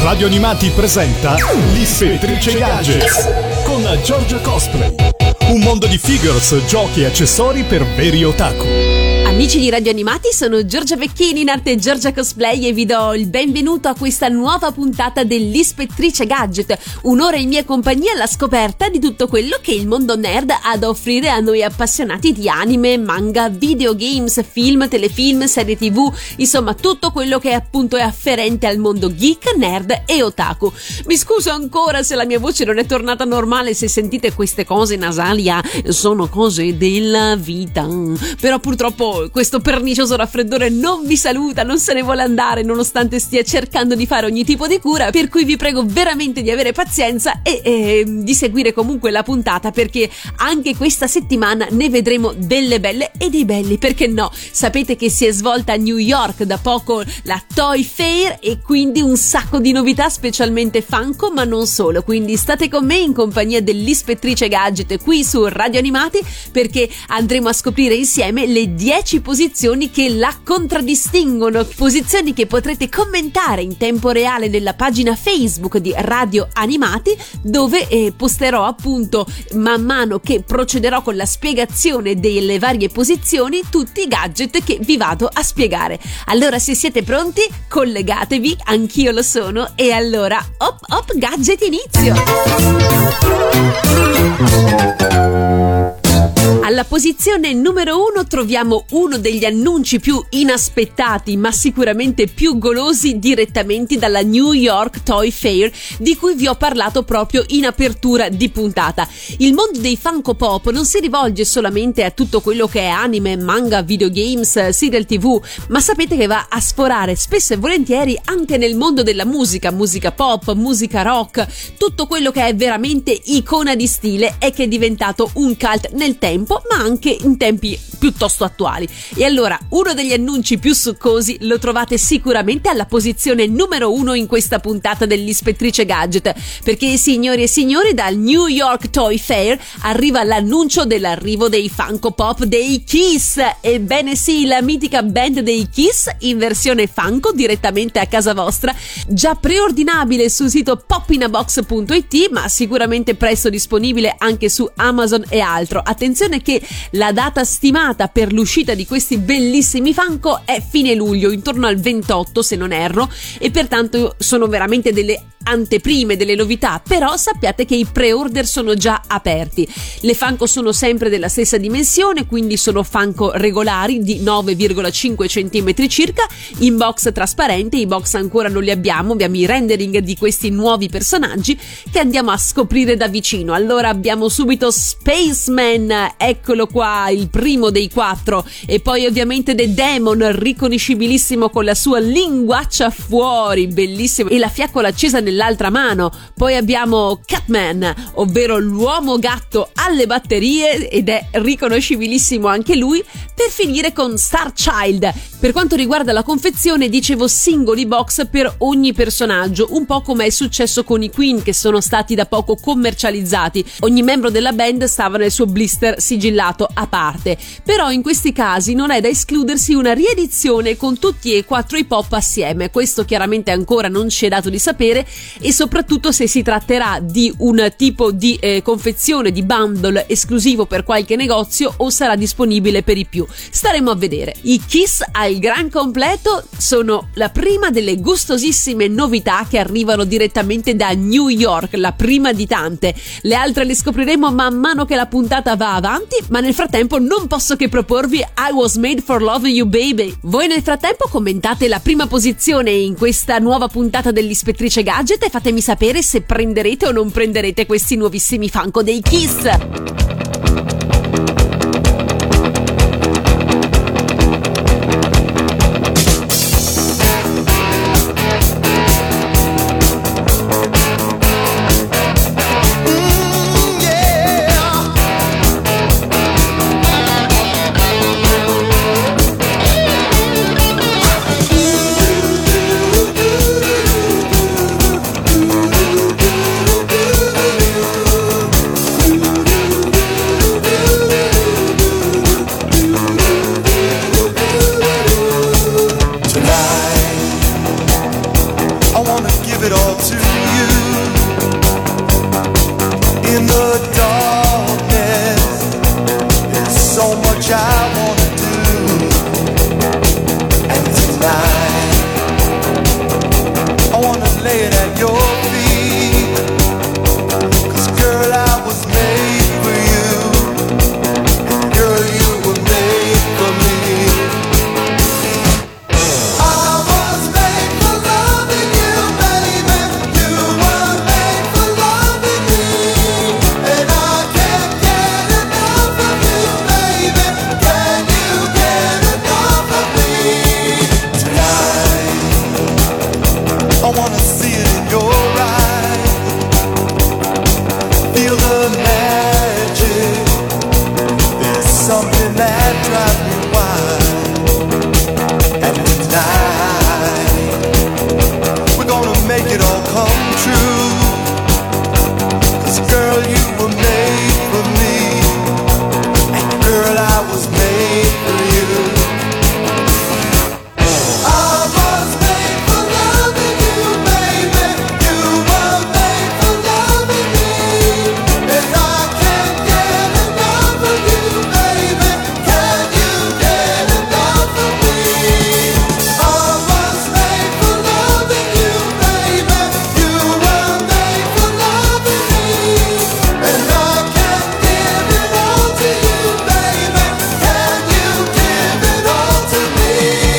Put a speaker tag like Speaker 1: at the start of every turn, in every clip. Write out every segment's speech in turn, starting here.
Speaker 1: Radio Animati presenta l'Ispettrice Gadgets con Giorgia Cosplay. Un mondo di figures, giochi e accessori per veri otaku.
Speaker 2: Amici di Radio Animati, sono Giorgia Vecchini in arte Giorgia Cosplay e vi do il benvenuto a questa nuova puntata dell'Ispettrice Gadget. Un'ora in mia compagnia alla scoperta di tutto quello che il mondo nerd ha da offrire a noi appassionati di anime, manga, videogames, film, telefilm, serie tv, insomma tutto quello che appunto è afferente al mondo geek, nerd e otaku. Mi scuso ancora se la mia voce non è tornata normale, se sentite queste cose nasali, sono cose della vita. Però purtroppo questo pernicioso raffreddore non vi saluta, non se ne vuole andare nonostante stia cercando di fare ogni tipo di cura, per cui vi prego veramente di avere pazienza e di seguire comunque la puntata, perché anche questa settimana ne vedremo delle belle e dei belli, perché no? Sapete che si è svolta a New York da poco la Toy Fair e quindi un sacco di novità, specialmente Funko, ma non solo, quindi state con me in compagnia dell'Ispettrice Gadget qui su Radio Animati, perché andremo a scoprire insieme le 10 posizioni che la contraddistinguono, posizioni che potrete commentare in tempo reale nella pagina Facebook di Radio Animati, dove posterò appunto man mano che procederò con la spiegazione delle varie posizioni tutti i gadget che vi vado a spiegare. Allora, se siete pronti, collegatevi, anch'io lo sono, e allora hop gadget inizio! Alla posizione numero 1 troviamo uno degli annunci più inaspettati ma sicuramente più golosi direttamente dalla New York Toy Fair, di cui vi ho parlato proprio in apertura di puntata. Il mondo dei Funko Pop non si rivolge solamente a tutto quello che è anime, manga, videogames, serial tv, ma sapete che va a sforare spesso e volentieri anche nel mondo della musica pop, musica rock, tutto quello che è veramente icona di stile e che è diventato un cult nel tempo, ma anche in tempi piuttosto attuali. E allora uno degli annunci più succosi lo trovate sicuramente alla posizione numero 1 in questa puntata dell'Ispettrice Gadget, perché signori e signori, dal New York Toy Fair arriva l'annuncio dell'arrivo dei Funko Pop dei Kiss. Ebbene sì, la mitica band dei Kiss in versione Funko direttamente a casa vostra, già preordinabile sul sito popinabox.it, ma sicuramente presto disponibile anche su Amazon e altro. Attenzione che la data stimata per l'uscita di questi bellissimi Funko è fine luglio, intorno al 28 se non erro, e pertanto sono veramente delle anteprime, delle novità, però sappiate che i pre-order sono già aperti. Le Funko sono sempre della stessa dimensione, quindi sono Funko regolari di 9,5 cm circa, in box trasparente. I box ancora non li abbiamo i rendering di questi nuovi personaggi che andiamo a scoprire da vicino. Allora abbiamo subito Spaceman, eccolo qua, il primo dei 4, e poi ovviamente The Demon, riconoscibilissimo con la sua linguaccia fuori, bellissimo, e la fiaccola accesa nell'altra mano. Poi abbiamo Catman, ovvero l'uomo gatto alle batterie, ed è riconoscibilissimo anche lui, per finire con Star Child. Per quanto riguarda la confezione, dicevo singoli box per ogni personaggio, un po' come è successo con i Queen, che sono stati da poco commercializzati. Ogni membro della band stava nel suo blister sigillato a parte, però in questi casi non è da escludersi una riedizione con tutti e 4 i pop assieme. Questo chiaramente ancora non ci è dato di sapere, e soprattutto se si tratterà di un tipo di confezione di bundle esclusivo per qualche negozio o sarà disponibile per i più. Staremo a vedere. I Kiss al gran completo sono la prima delle gustosissime novità che arrivano direttamente da New York, la prima di tante. Le altre le scopriremo man mano che la puntata va avanti, ma nel frattempo non posso che proporvi I Was Made for Loving You Baby. Voi nel frattempo commentate la prima posizione in questa nuova puntata dell'Ispettrice Gadget e fatemi sapere se prenderete o non prenderete questi nuovissimi Funko dei Kiss.
Speaker 3: wanna give it all to you. In the darkness, there's so much I wanna do. And tonight, I wanna lay it at your feet. 'Cause girl, I was made for you. And girl, you were made for me. I was made for loving you, baby. You were made for loving me. And I can't get enough of you, baby. Can you get enough of me? Tonight, I wanna see it in your eyes. Feel the magic. There's something that drives me wild. And tonight, we're gonna make it all come true. 'Cause girl, you were made for me. And girl, I was made for you. I was made for loving you, baby. You were made for loving me. And I can't get enough of you, baby. Can you get enough of me? I was made for loving you, baby. You were made for loving me. And I can't give it all to you, baby. Can you give it all to me?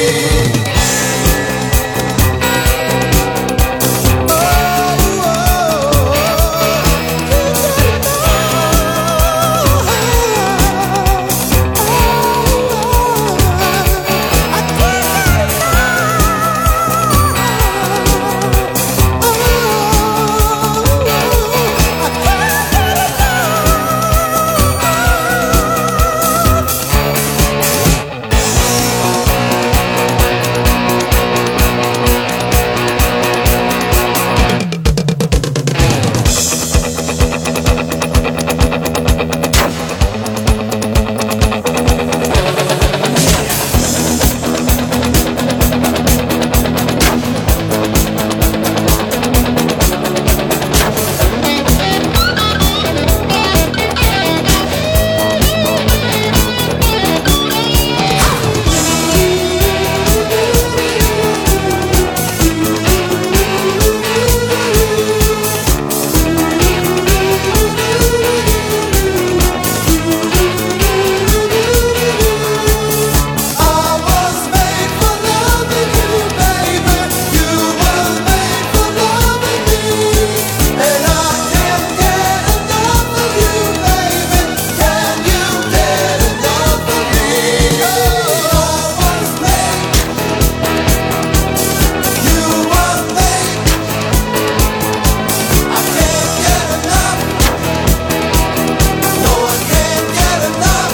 Speaker 3: I was made for loving you, baby. You were made for loving me. And I can't get enough of you, baby. Can you get enough of me? I was made. You were made. I can't get enough. No, I can't get enough.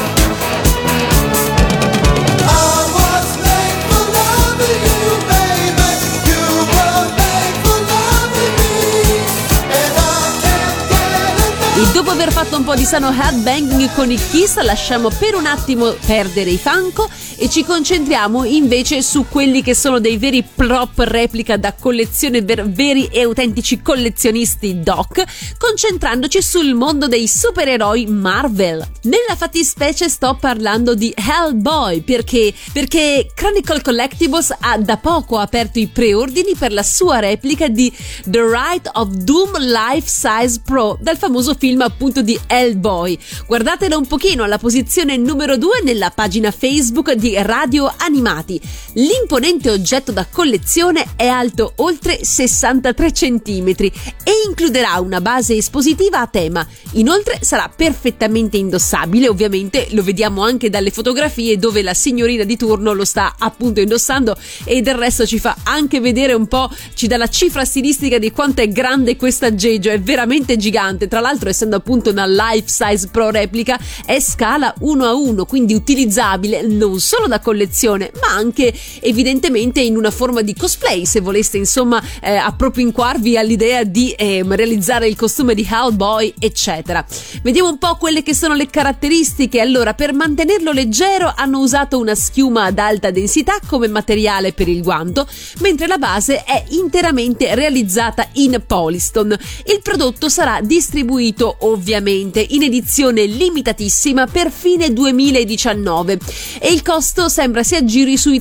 Speaker 3: I was made for loving you, baby. You were made for loving me. And I can't get enough.
Speaker 2: E dopo aver fatto un po' di sano headbanging con i Kiss, lasciamo per un attimo perdere i Funko e ci concentriamo invece su quelli che sono dei veri prop replica da collezione, veri e autentici collezionisti doc, concentrandoci sul mondo dei supereroi Marvel. Nella fattispecie sto parlando di Hellboy, perché Chronicle Collectibles ha da poco aperto i preordini per la sua replica di The Rite of Doom Life Size Pro, dal famoso film appunto di Hellboy. Guardatelo un pochino alla posizione numero 2 nella pagina Facebook di Radio Animati. L'imponente oggetto da collezione è alto oltre 63 cm e includerà una base espositiva a tema. Inoltre sarà perfettamente indossabile, ovviamente lo vediamo anche dalle fotografie dove la signorina di turno lo sta appunto indossando, e del resto ci fa anche vedere un po', ci dà la cifra stilistica di quanto è grande questo aggeggio, è veramente gigante. Tra l'altro, essendo appunto una life size pro replica, è scala 1:1, quindi utilizzabile non solo solo da collezione, ma anche evidentemente in una forma di cosplay, se voleste insomma appropinquarvi all'idea di realizzare il costume di Hellboy, eccetera. Vediamo un po' quelle che sono le caratteristiche. Allora, per mantenerlo leggero hanno usato una schiuma ad alta densità come materiale per il guanto, mentre la base è interamente realizzata in Polystone. Il prodotto sarà distribuito ovviamente in edizione limitatissima per fine 2019 e il costo sembra si aggiri sui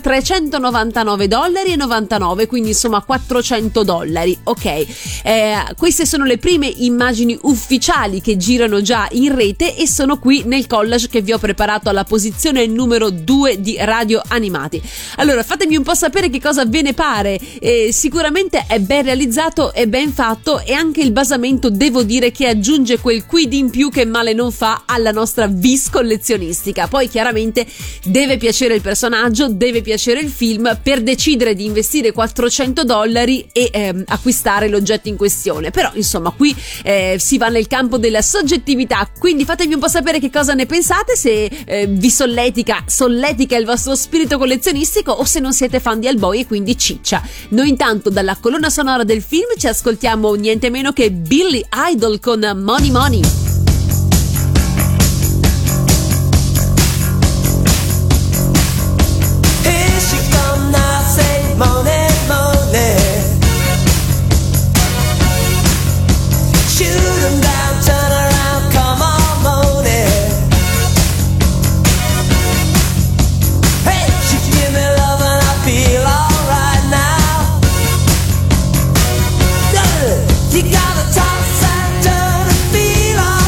Speaker 2: $399,99, quindi insomma $400. Ok, queste sono le prime immagini ufficiali che girano già in rete e sono qui nel collage che vi ho preparato alla posizione numero 2 di Radio Animati. Allora, fatemi un po' sapere che cosa ve ne pare. Sicuramente è ben realizzato, è ben fatto, e anche il basamento devo dire che aggiunge quel quid in più che male non fa alla nostra vis collezionistica. Poi chiaramente deve piacere il personaggio, deve piacere il film per decidere di investire $400 e acquistare l'oggetto in questione. Però insomma qui si va nel campo della soggettività, quindi fatemi un po' sapere che cosa ne pensate, se vi solletica il vostro spirito collezionistico o se non siete fan di Hellboy e quindi ciccia. Noi intanto dalla colonna sonora del film ci ascoltiamo niente meno che Billy Idol con Money Money.
Speaker 4: Here she come now, say money, money. Shoot 'em down, turn around, come on, money. Hey, she give me love and I feel alright now. You gotta toss and turn and feel alright.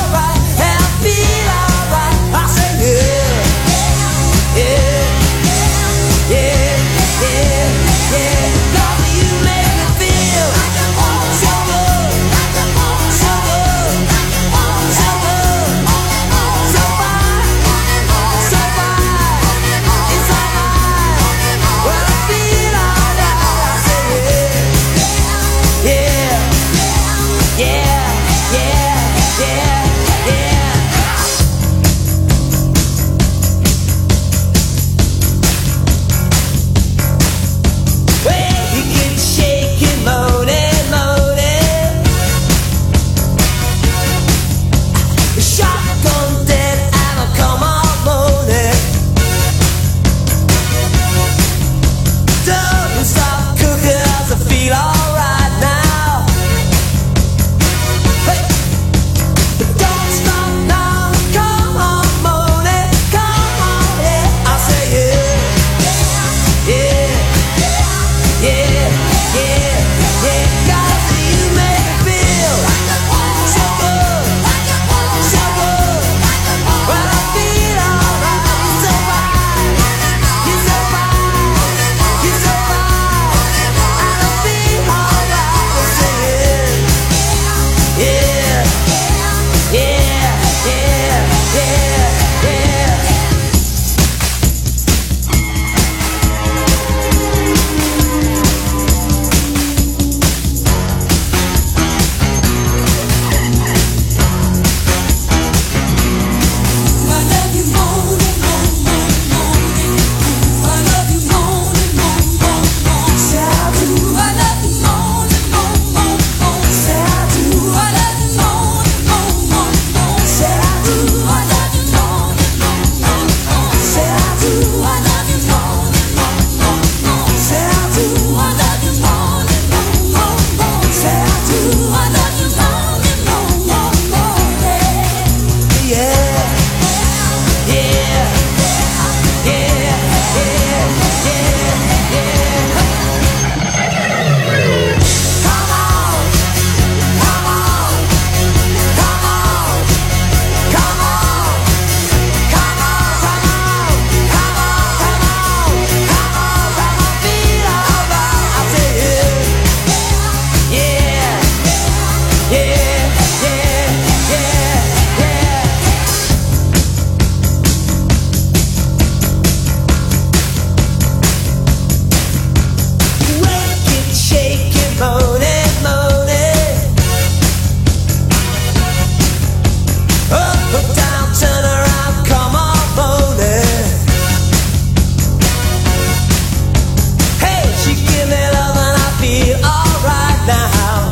Speaker 4: now.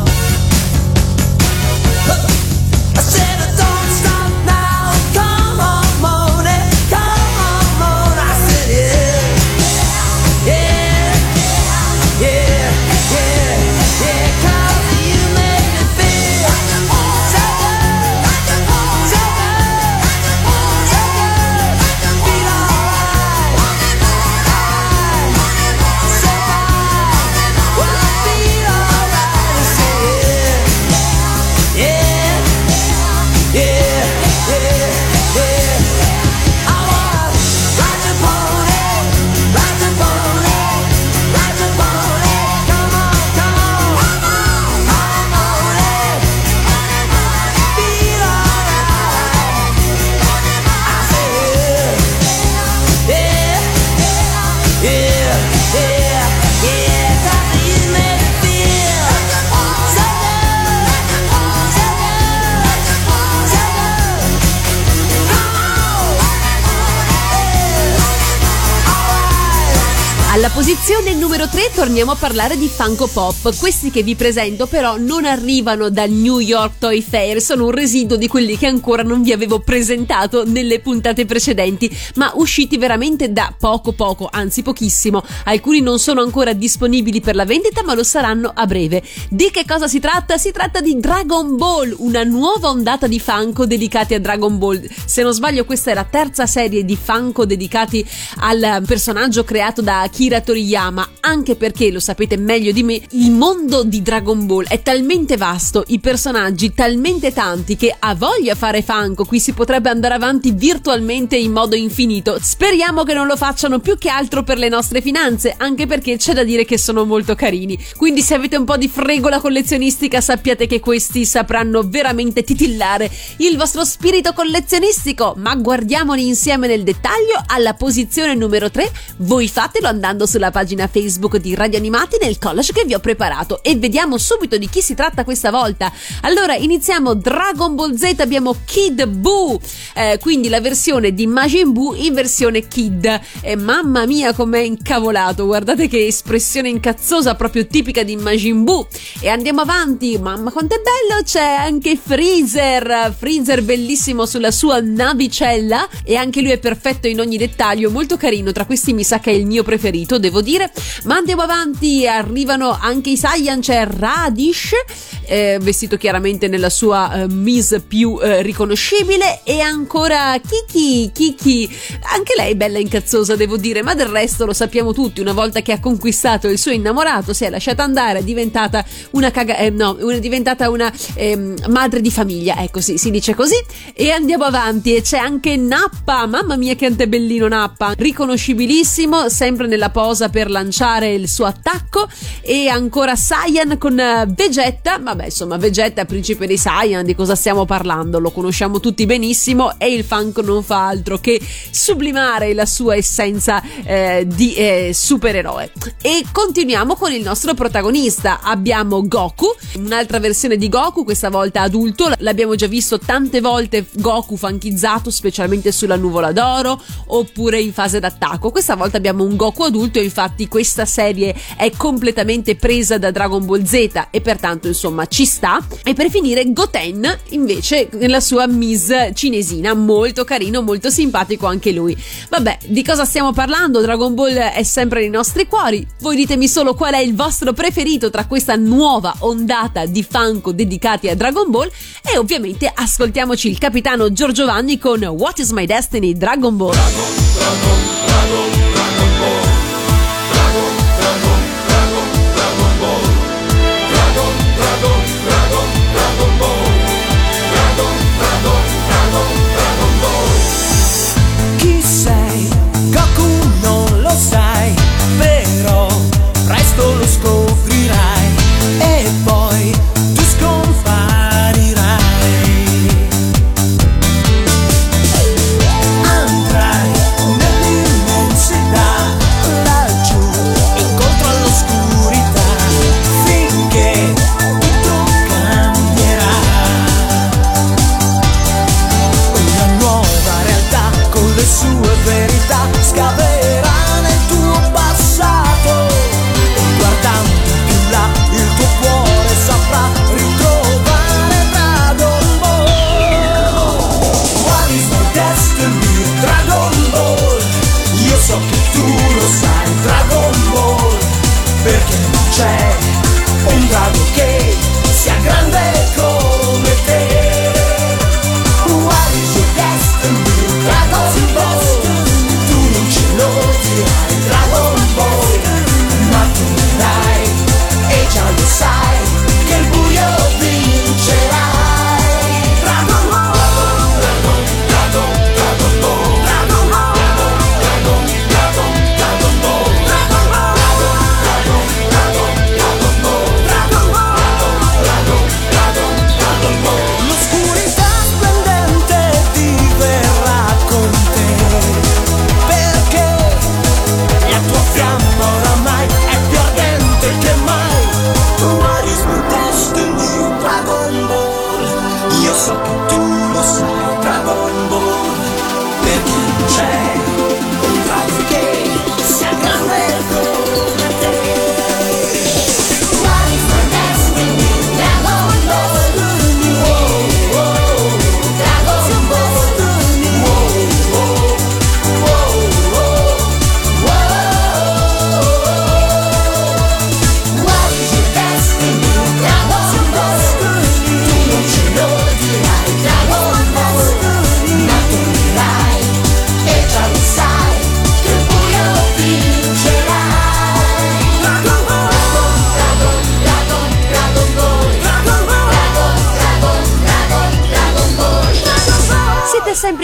Speaker 4: I said don't stop now. Come on, Mona, come on, Mona. I said yeah, yeah, yeah, yeah, yeah. 'Cause you make me feel so good, so good, so good. Feel alright, so fine. Well, I feel alright. I said yeah, yeah, yeah, yeah. I wanna ride the pony, ride the pony, ride the pony. Come on, come on, come on, pony. Feel alright. I said yeah, yeah, yeah, yeah. 'Cause you make me feel so good, so good, so good. Come on, alright.
Speaker 2: Alla posizione numero 3 torniamo a parlare di Funko Pop. Questi che vi presento però non arrivano dal New York Toy Fair, sono un residuo di quelli che ancora non vi avevo presentato nelle puntate precedenti, ma usciti veramente da poco, anzi pochissimo. Alcuni non sono ancora disponibili per la vendita, ma lo saranno a breve. Di che cosa si tratta? Si tratta di Dragon Ball, una nuova ondata di Funko dedicati a Dragon Ball. Se non sbaglio questa è la terza serie di Funko dedicati al personaggio creato da Akira Toriyama, anche perché, lo sapete meglio di me, il mondo di Dragon Ball è talmente vasto, i personaggi talmente tanti che ha voglia fare Funko. Qui si potrebbe andare avanti virtualmente in modo infinito. Speriamo che non lo facciano più che altro per le nostre finanze, anche perché c'è da dire che sono molto carini. Quindi se avete un po' di fregola collezionistica, sappiate che questi sapranno veramente titillare il vostro spirito collezionistico. Ma guardiamoli insieme nel dettaglio. Alla posizione numero 3 voi fatelo andando sulla pagina Facebook di Radio Animati nel collage che vi ho preparato, e vediamo subito di chi si tratta questa volta. Allora iniziamo. Dragon Ball Z, abbiamo Kid Buu, quindi la versione di Majin Buu in versione Kid, e mamma mia com'è incavolato, guardate che espressione incazzosa proprio tipica di Majin Buu. E andiamo avanti, mamma quanto è bello, c'è anche Freezer bellissimo sulla sua navicella, e anche lui è perfetto in ogni dettaglio, molto carino. Tra questi mi sa che è il mio preferito, devo dire. Ma andiamo avanti, arrivano anche i Saiyan, c'è Radish, vestito chiaramente nella sua mise più riconoscibile, e ancora Kiki, anche lei bella incazzosa devo dire, ma del resto lo sappiamo tutti, una volta che ha conquistato il suo innamorato si è lasciata andare, è diventata una madre di famiglia, ecco, sì, si dice così. E andiamo avanti, e c'è anche Nappa, mamma mia che antebellino Nappa, riconoscibilissimo, sempre nella posa per lanciare il suo attacco. E ancora Saiyan con Vegeta, vabbè insomma Vegeta è principe dei Saiyan, di cosa stiamo parlando? Lo conosciamo tutti benissimo, e il Funko non fa altro che sublimare la sua essenza di supereroe. E continuiamo con il nostro protagonista, abbiamo Goku, un'altra versione di Goku, questa volta adulto. L'abbiamo già visto tante volte Goku funkizzato, specialmente sulla nuvola d'oro oppure in fase d'attacco. Questa volta abbiamo un Goku adulto, e infatti questa serie è completamente presa da Dragon Ball Z, e pertanto insomma ci sta. E per finire Goten invece nella sua mise cinesina, molto carino, molto simpatico anche lui. Vabbè, di cosa stiamo parlando? Dragon Ball è sempre nei nostri cuori. Voi ditemi solo qual è il vostro preferito tra questa nuova ondata di Funko dedicati a Dragon Ball, e ovviamente ascoltiamoci il capitano Giorgiovanni con What is My Destiny Dragon Ball.
Speaker 4: Chi sei? Goku non lo sai, però presto lo scoprirai, e poi tu scomparirai. Andrai nell'immenso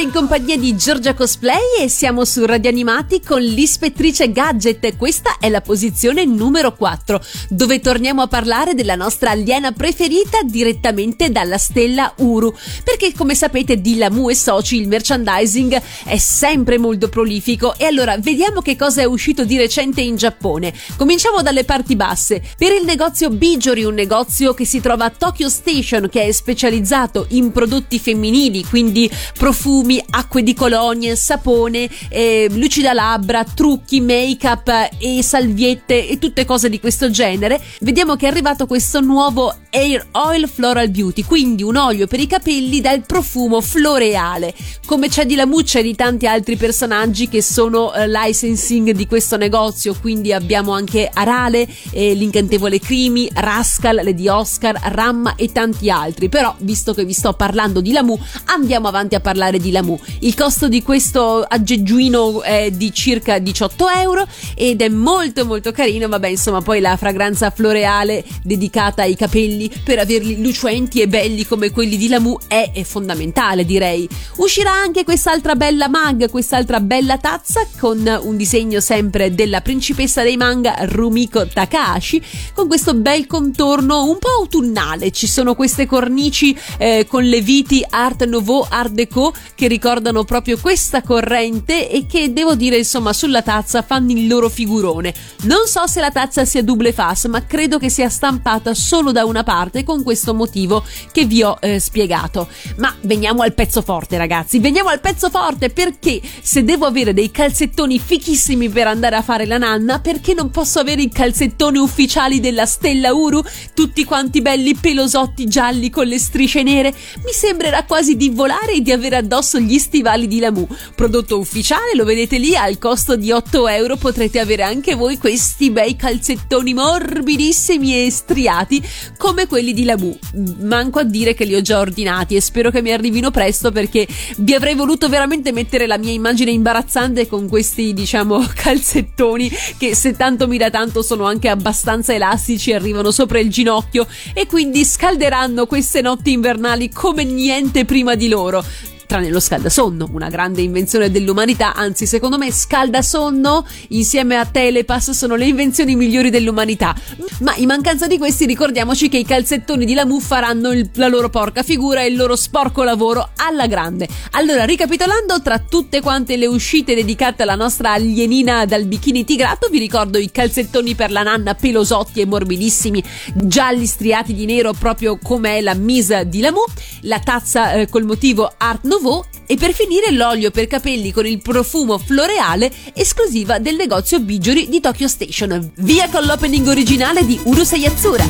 Speaker 2: in compagnia di Giorgia Cosplay e siamo su Radio Animati con l'ispettrice Gadget. Questa è la posizione numero 4, dove torniamo a parlare della nostra aliena preferita direttamente dalla stella Uru, perché come sapete di Lamu e Soci il merchandising è sempre molto prolifico. E allora vediamo che cosa è uscito di recente in Giappone. Cominciamo dalle parti basse. Per il negozio Bijori, un negozio che si trova a Tokyo Station, che è specializzato in prodotti femminili, quindi profumi, acque di colonie, sapone, lucida labbra, trucchi, make-up e salviette e tutte cose di questo genere, vediamo che è arrivato questo nuovo Hair Oil Floral Beauty, quindi un olio per i capelli dal profumo floreale. Come c'è di Lamu, c'è di tanti altri personaggi che sono licensing di questo negozio, quindi abbiamo anche Arale, l'incantevole Krimi, Rascal, Lady Oscar, Ramma e tanti altri. Però visto che vi sto parlando di Lamu, andiamo avanti a parlare di Lamu. Il costo di questo aggeggino è di circa 18 euro ed è molto molto carino. Vabbè, insomma, poi la fragranza floreale dedicata ai capelli per averli lucenti e belli come quelli di Lamu è fondamentale, direi. Uscirà anche quest'altra bella mug, quest'altra bella tazza con un disegno sempre della principessa dei manga Rumiko Takahashi, con questo bel contorno un po' autunnale. Ci sono queste cornici con le viti Art Nouveau, Art Deco, che ricordano proprio questa corrente e che, devo dire, insomma, sulla tazza fanno il loro figurone. Non so se la tazza sia double face, ma credo che sia stampata solo da una parte, con questo motivo che vi ho spiegato. Ma veniamo al pezzo forte, ragazzi, veniamo al pezzo forte, perché se devo avere dei calzettoni fichissimi per andare a fare la nanna, perché non posso avere i calzettoni ufficiali della stella Uru, tutti quanti belli pelosotti gialli con le strisce nere? Mi sembrerà quasi di volare e di avere addosso gli stivali di Lamu. Prodotto ufficiale, lo vedete lì, al costo di 8 euro potrete avere anche voi questi bei calzettoni morbidissimi e striati come quelli di Lamu. Manco a dire che li ho già ordinati e spero che mi arrivino presto, perché vi avrei voluto veramente mettere la mia immagine imbarazzante con questi, diciamo, calzettoni che, se tanto mi dà tanto, sono anche abbastanza elastici, arrivano sopra il ginocchio e quindi scalderanno queste notti invernali come niente prima di loro. Tranne lo scaldasonno, una grande invenzione dell'umanità, anzi secondo me scaldasonno insieme a Telepass sono le invenzioni migliori dell'umanità. Ma in mancanza di questi, ricordiamoci che i calzettoni di Lamu faranno la loro porca figura e il loro sporco lavoro alla grande. Allora, ricapitolando, tra tutte quante le uscite dedicate alla nostra alienina dal bikini tigrato, vi ricordo i calzettoni per la nanna pelosotti e morbidissimi, gialli striati di nero proprio come è la mise di Lamu, la tazza col motivo Art Nouveau e per finire l'olio per capelli con il profumo floreale esclusiva del negozio Bijori di Tokyo Station. Via con l'opening originale di Urusei Yatsura.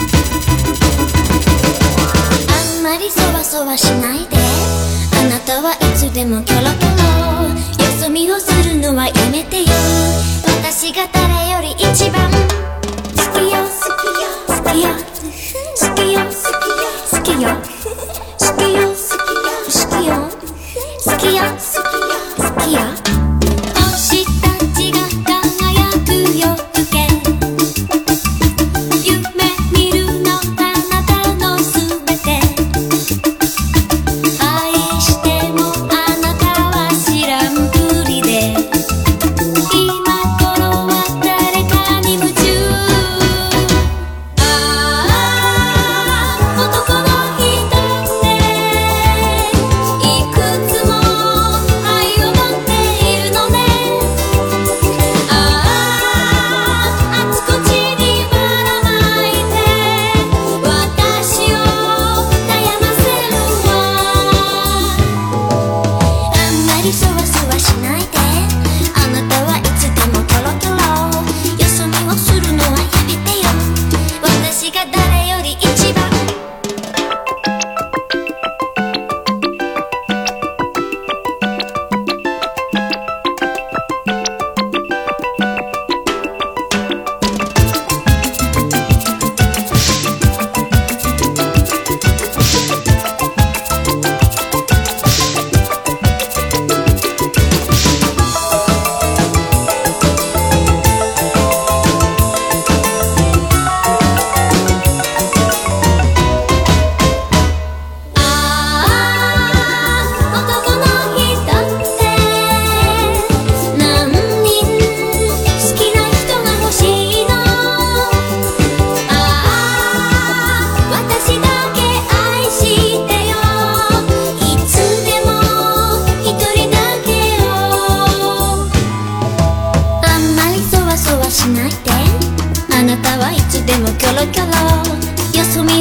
Speaker 5: あんまりそわそわしないであなたはいつでもキョロキョロよそ見をするのはやめてよ私が誰より一番好きよ好きよ好きよ好きよ好きよ好きよ好きよ好きよ好きよ好きよ星たちが輝く夜更け夢見るのあなたのすべて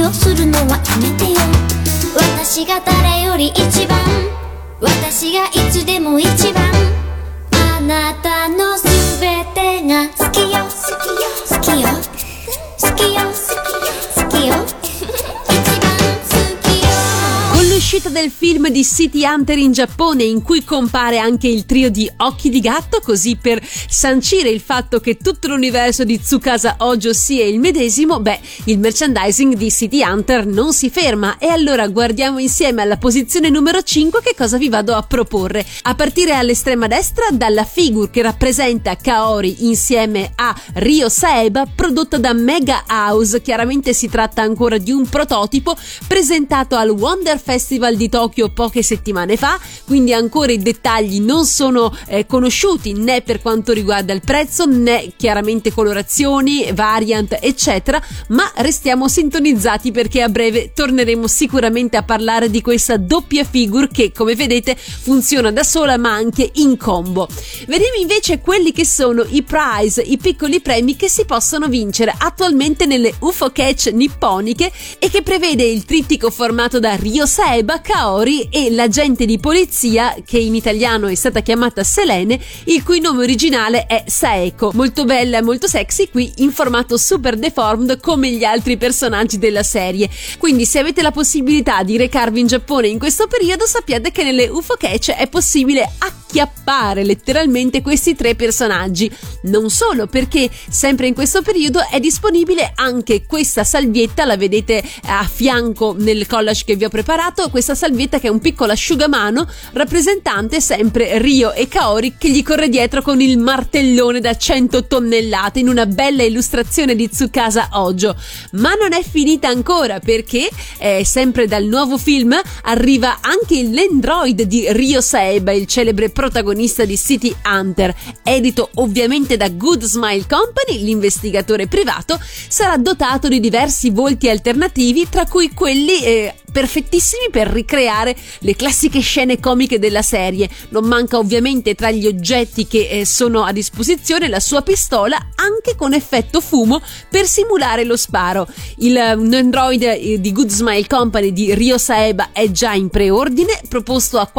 Speaker 5: をするのはやめてよ。私が誰より一番、私がいつでも一番、あなたのすべてが好きよ、好きよ、好きよ、好きよ、好きよ、一番好きよ。
Speaker 2: Con l'uscita del film di City Hunter in Giappone, in cui compare anche il trio di Occhi di Gatto, così per sancire il fatto che tutto l'universo di Tsukasa Ojo sia il medesimo, il merchandising di City Hunter non si ferma. E allora guardiamo insieme alla posizione numero 5 che cosa vi vado a proporre. A partire all'estrema destra, dalla figure che rappresenta Kaori insieme a Ryo Saeba, prodotta da Mega House. Chiaramente si tratta ancora di un prototipo presentato al Wonder Festival di Tokyo poche settimane fa, quindi ancora i dettagli non sono conosciuti, né per quanto riguarda il prezzo, né chiaramente colorazioni, variant eccetera, ma restiamo sintonizzati perché a breve torneremo sicuramente a parlare di questa doppia figure che, come vedete, funziona da sola ma anche in combo. Vediamo invece quelli che sono i prize, i piccoli premi che si possono vincere attualmente nelle UFO Catch nipponiche e che prevede il trittico formato da Ryo Saeba, Kaori e l'agente di polizia, che in italiano è stata chiamata Selene, il cui nome originale è Saeko. Molto bella e molto sexy qui in formato super deformed come gli altri personaggi della serie. Quindi se avete la possibilità di recarvi in Giappone in questo periodo, sappiate che nelle UFO Catch è possibile acchiappare letteralmente questi tre personaggi. Non solo, perché sempre in questo periodo è disponibile anche questa salvietta, la vedete a fianco nel collage che vi ho preparato, questa salvietta che è un piccolo asciugamano rappresentante sempre Ryo e Kaori che gli corre dietro con il martellone da 100 tonnellate in una bella illustrazione di Tsukasa Ojo. Ma non è finita ancora, perché sempre dal nuovo film arriva anche l'android di Ryo Saeba, il celebre protagonista di City Hunter, edito ovviamente da Good Smile Company, l'investigatore privato. Sarà dotato di diversi volti alternativi, tra cui quelli perfettissimi per ricreare le classiche scene comiche della serie. Non manca ovviamente tra gli oggetti che sono a disposizione la sua pistola, anche con effetto fumo per simulare lo sparo. Un android di Good Smile Company di Ryo Saeba è già in preordine, proposto a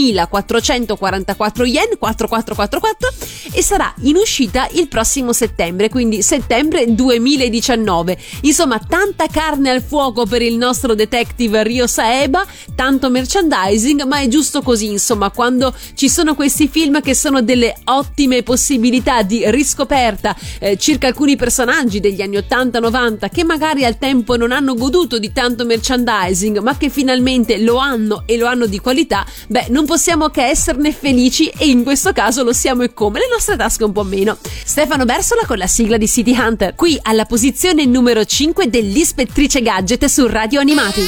Speaker 2: 4.444 yen, 4444, e sarà in uscita il prossimo settembre, quindi settembre 2019. Insomma, tanta carne al fuoco per il nostro detective Ryo Saeba, tanto merchandising, ma è giusto così, insomma, quando ci sono questi film che sono delle ottime possibilità di riscoperta circa alcuni personaggi degli anni 80-90 che magari al tempo non hanno goduto di tanto merchandising, ma che finalmente lo hanno e lo hanno di qualità, non possiamo che esserne felici, e in questo caso lo siamo e come, le nostre tasche un po' meno. Stefano Bersola con la sigla di City Hunter, qui alla posizione numero 5 dell'Ispettrice Gadget su Radio Animati.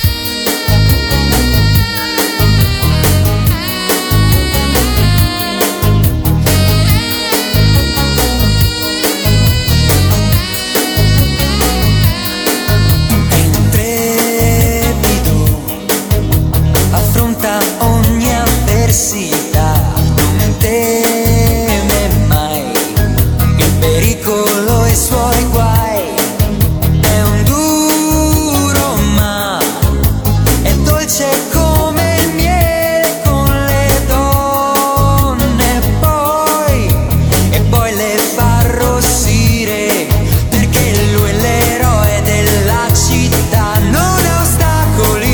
Speaker 4: Non teme mai il pericolo e i suoi guai. È un duro ma è dolce come il miele con le donne, e poi le fa arrossire, perché lui è l'eroe della città. Non ha ostacoli,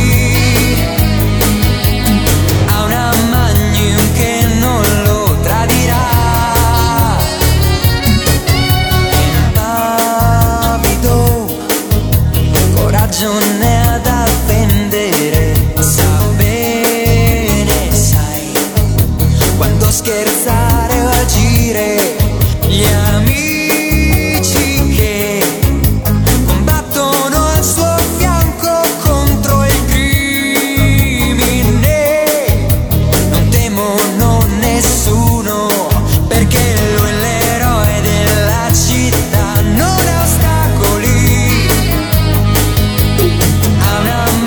Speaker 4: ha una che non lo tradirà. Impavido, coraggio ne ha da vendere. Sa bene, sai, quando scherzare o agire. Gli amici che combattono al suo fianco contro il crimine non temono nessuno, perché lui è l'eroe della città. Non ha ostacoli, ha una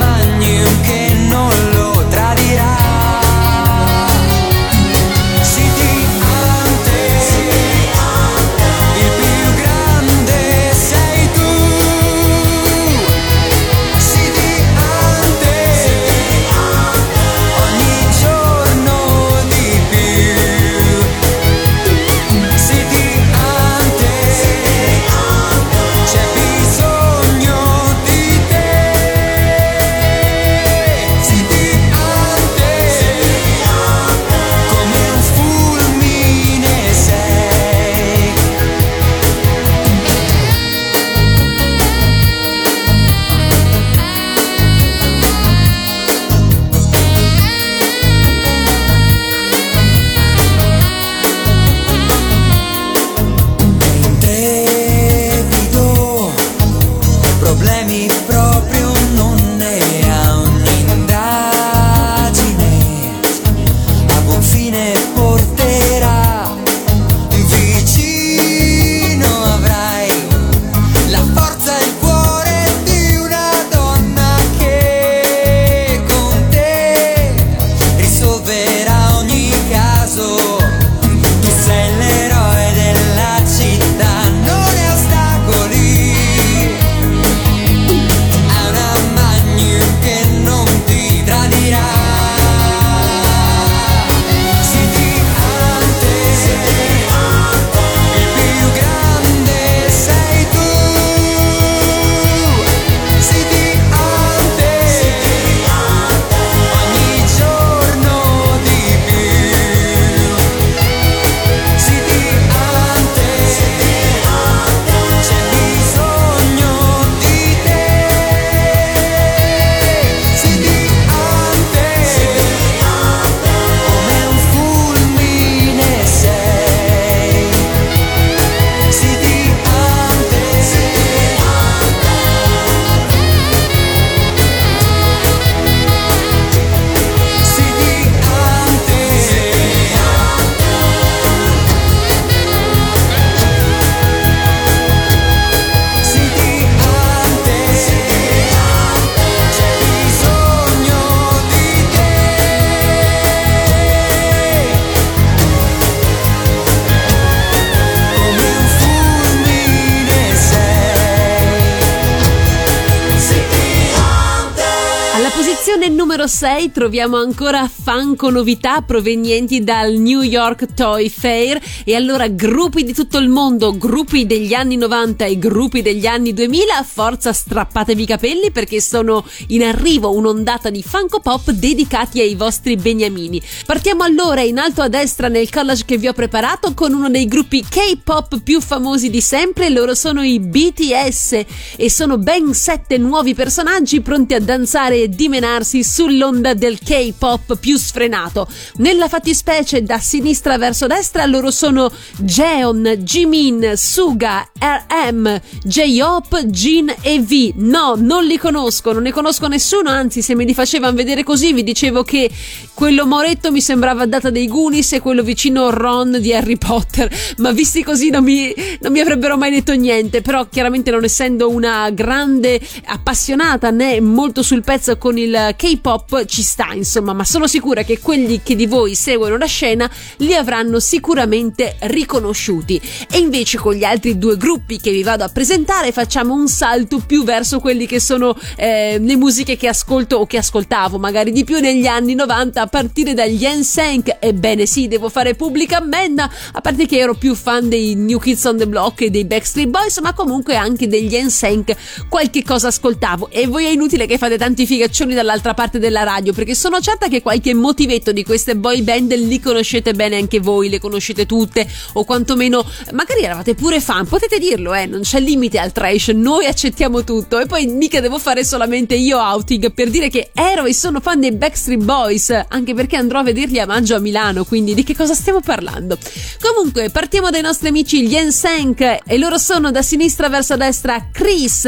Speaker 2: Posizione numero 6 troviamo ancora Funko novità provenienti dal New York Toy Fair. E allora gruppi di tutto il mondo, gruppi degli anni 90 e gruppi degli anni 2000, forza strappatevi i capelli perché sono in arrivo un'ondata di Funko Pop dedicati ai vostri beniamini. Partiamo allora in alto a destra nel collage che vi ho preparato con uno dei gruppi K-pop più famosi di sempre. Loro sono i BTS e sono ben 7 nuovi personaggi pronti a danzare e dimenarsi sull'onda del K-pop più sfrenato. Nella fattispecie da sinistra verso destra loro sono Jeon, Jimin, Suga, RM, J-Hope, Jin e V. No, non li conosco, non ne conosco nessuno, anzi se me li facevano vedere così vi dicevo che quello moretto mi sembrava Data dei Goonies e quello vicino Ron di Harry Potter, ma visti così non mi avrebbero mai detto niente. Però chiaramente non essendo una grande appassionata né molto sul pezzo con il K-pop ci sta insomma, ma sono sicura che quelli che di voi seguono la scena li avranno sicuramente riconosciuti. E invece con gli altri due gruppi che vi vado a presentare facciamo un salto più verso quelli che sono le musiche che ascolto o che ascoltavo magari di più negli anni 90, a partire dagli NSYNC. Ebbene sì, devo fare pubblica ammenda, a parte che ero più fan dei New Kids on the Block e dei Backstreet Boys, ma comunque anche degli NSYNC qualche cosa ascoltavo. E voi è inutile che fate tanti figaccioni dall'altra parte della radio, perché sono certa che qualche motivetto di queste boy band li conoscete bene anche voi, le conoscete tutte, o quantomeno magari eravate pure fan, potete dirlo, non c'è limite al trash, noi accettiamo tutto. E poi mica devo fare solamente io outing per dire che ero e sono fan dei Backstreet Boys, anche perché andrò a vederli a maggio a Milano, quindi di che cosa stiamo parlando? Comunque partiamo dai nostri amici gli NSYNC e loro sono da sinistra verso destra Chris,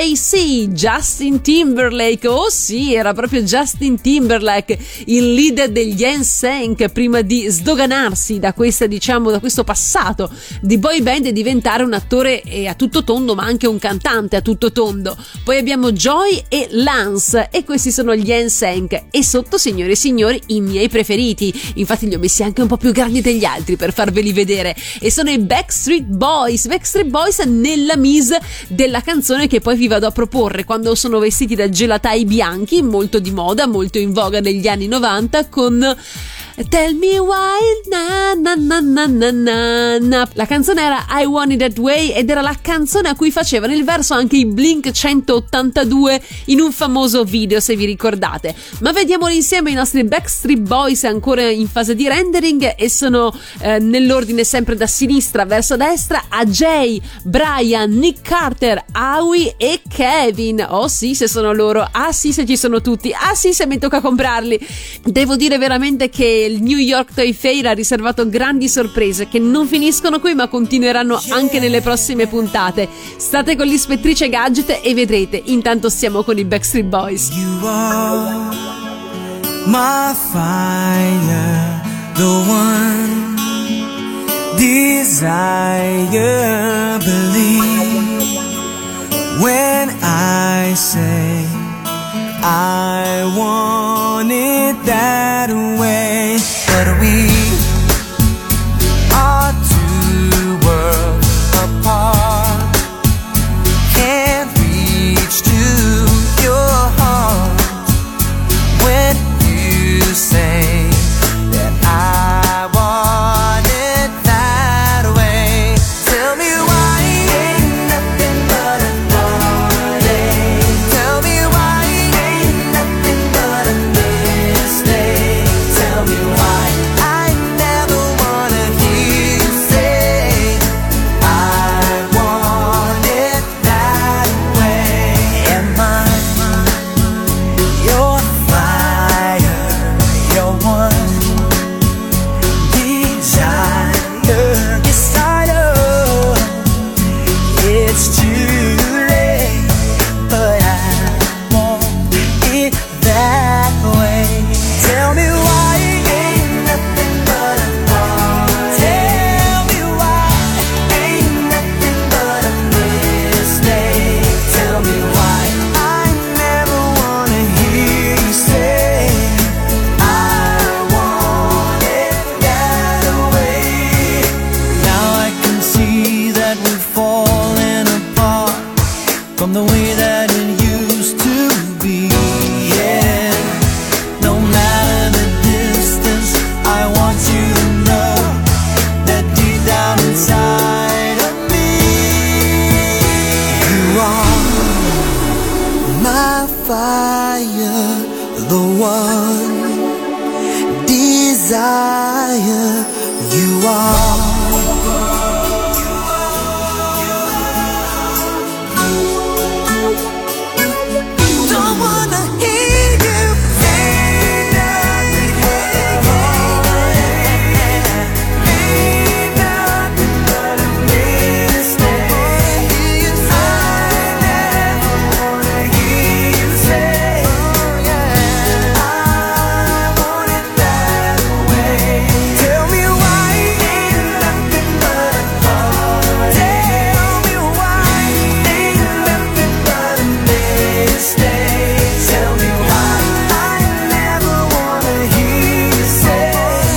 Speaker 2: JC, Justin Timberlake. Oh sì, era proprio Justin Timberlake il leader degli NSYNC prima di sdoganarsi da questa, diciamo, da questo passato di boy band e diventare un attore a tutto tondo, ma anche un cantante a tutto tondo. Poi abbiamo Joy e Lance e questi sono gli NSYNC, e sotto, signore e signori, i miei preferiti, infatti li ho messi anche un po' più grandi degli altri per farveli vedere, e sono i Backstreet Boys nella mise della canzone che poi vi vado a proporre, quando sono vestiti da gelatai bianchi, molto di moda, molto in voga negli anni 90, con Tell Me Why, na na na na na na na. La canzone era I Want It That Way ed era la canzone a cui facevano il verso anche i Blink 182 in un famoso video, se vi ricordate. Ma vediamoli insieme i nostri Backstreet Boys ancora in fase di rendering, e sono nell'ordine sempre da sinistra verso destra: Ajay, Brian, Nick Carter, Howie e Kevin. Oh sì, se sono loro. Ah sì, se ci sono tutti. Ah sì, se mi tocca comprarli. Devo dire veramente che il New York Toy Fair ha riservato grandi sorprese che non finiscono qui, ma continueranno anche nelle prossime puntate. State con l'Ispettrice Gadget e vedrete. Intanto stiamo con i Backstreet Boys.
Speaker 6: You are my fire, the one desire. Believe when I say I want it that way. But we are two worlds apart, can't reach to your heart when you say that I want it that way. Tell me why ain't nothing but a heartache. Tell me why ain't nothing but a mistake. Tell desire the one desire you are. Don't wanna hear you say nothing but a mistake. I never wanna hear you say, oh yeah, I want it that way. Tell me why ain't nothing but a heart. Tell me why ain't nothing but a mistake. Tell me why I never wanna hear you say,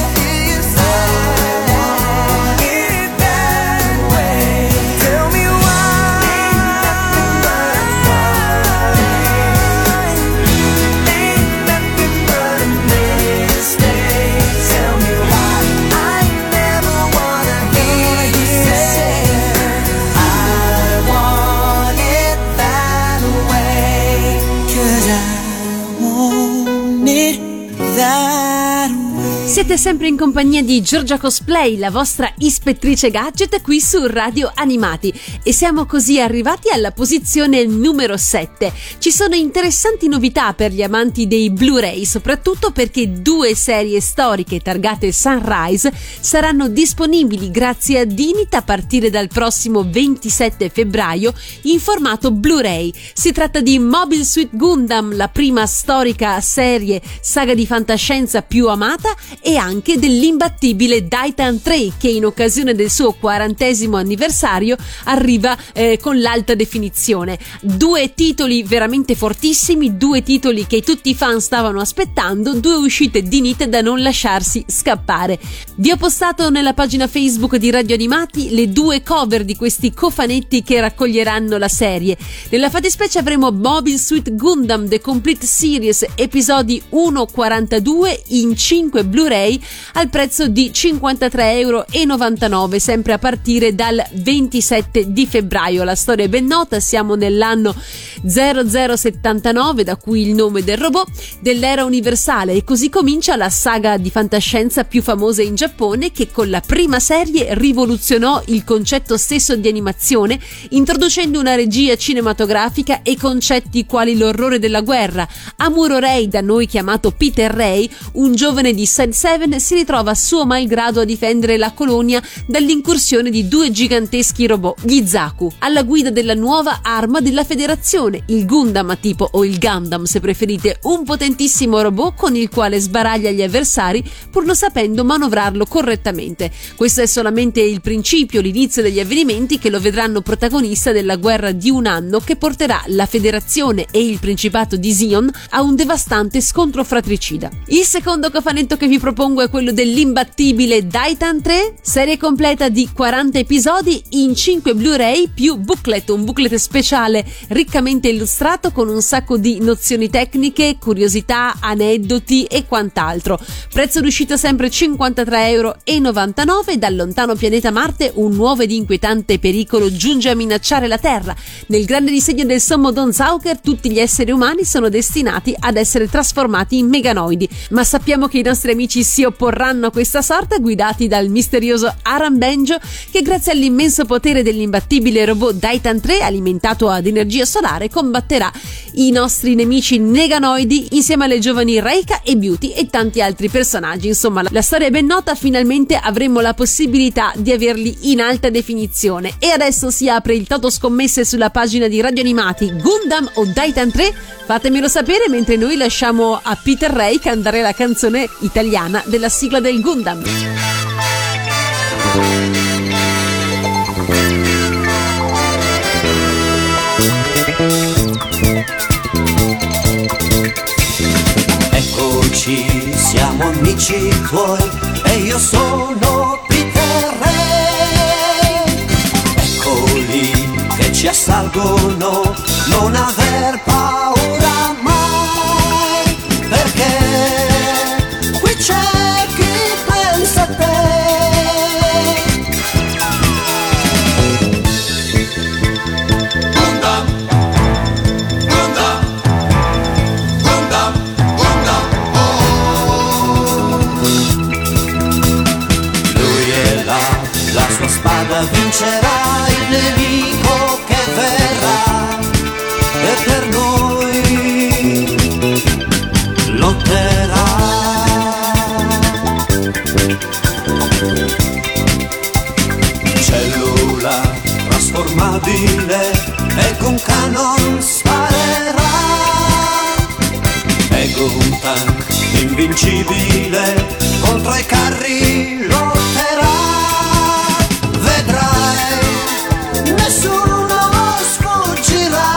Speaker 6: I want it that way. Tell me why ain't nothing but a heart. Ain't nothing but a mistake. Tell me why I never wanna hear you say, I want it that way. 'Cause I want it that way.
Speaker 2: Siete sempre in compagnia di Giorgia Cosplay, la vostra ispettrice gadget qui su Radio Animati, e siamo così arrivati alla posizione numero 7. Ci sono interessanti novità per gli amanti dei Blu-ray, soprattutto perché 2 serie storiche targate Sunrise saranno disponibili grazie a Dinit a partire dal prossimo 27 febbraio in formato Blu-ray. Si tratta di Mobile Suit Gundam, la prima storica serie saga di fantascienza più amata, e anche dell'imbattibile Daitan 3, che in occasione del suo 40° anniversario arriva con l'alta definizione. 2 titoli veramente fortissimi, 2 titoli che tutti i fan stavano aspettando, 2 uscite Dinit da non lasciarsi scappare. Vi ho postato nella pagina Facebook di Radio Animati le 2 cover di questi cofanetti che raccoglieranno la serie. Nella fattispecie avremo Mobile Suit Gundam The Complete Series episodi 1-42 in 5 Blu-ray al prezzo di €53,99, sempre a partire dal 27 di febbraio. La storia è ben nota, siamo nell'anno 0079, da cui il nome del robot, dell'era universale, e così comincia la saga di fantascienza più famosa in Giappone, che con la prima serie rivoluzionò il concetto stesso di animazione, introducendo una regia cinematografica e concetti quali l'orrore della guerra. Amuro Ray, da noi chiamato Peter Ray, un giovane di Side 7, si ritrova suo malgrado a difendere la colonia dall'incursione di 2 giganteschi robot, gli Zaku, alla guida della nuova arma della federazione, il Gundam tipo, o il Gundam se preferite, un potentissimo robot con il quale sbaraglia gli avversari pur non sapendo manovrarlo correttamente. Questo è solamente il principio, l'inizio degli avvenimenti che lo vedranno protagonista della guerra di un anno che porterà la federazione e il principato di Xion a un devastante scontro fratricida. Il secondo cofanetto che vi propongo è quello dell'imbattibile Daitan 3, serie completa di 40 episodi in 5 Blu-ray più booklet, un booklet speciale riccamente illustrato con un sacco di nozioni tecniche, curiosità, aneddoti e quant'altro. Prezzo d'uscita sempre €53,99. Dal lontano pianeta Marte un nuovo ed inquietante pericolo giunge a minacciare la Terra. Nel grande disegno del sommo Don Sauker tutti gli esseri umani sono destinati ad essere trasformati in meganoidi, ma sappiamo che i nostri amici si opporranno a questa sorta, guidati dal misterioso Aram Benjo, che grazie all'immenso potere dell'imbattibile robot Daitan 3, alimentato ad energia solare, combatterà i nostri nemici neganoidi insieme alle giovani Reika e Beauty e tanti altri personaggi. Insomma, la storia è ben nota, finalmente avremo la possibilità di averli in alta definizione. E adesso si apre il toto scommesse sulla pagina di Radio Animati: Gundam o Daitan 3? Fatemelo sapere, mentre noi lasciamo a Peter Ray cantare la canzone italiana della sigla del Gundam.
Speaker 6: Eccoci, siamo amici tuoi e io sono Peter Ray. Eccoli che ci assalgono, non aver paura mai, perché qui c'è chi pensa a te. Gundam, Gundam,
Speaker 7: lotta vincerà il nemico che verrà e per noi lotterà. Cellula trasformabile e con canon sparerà, e con un tank invincibile contro i carri lotterà. Vedrai, nessuno sfuggirà.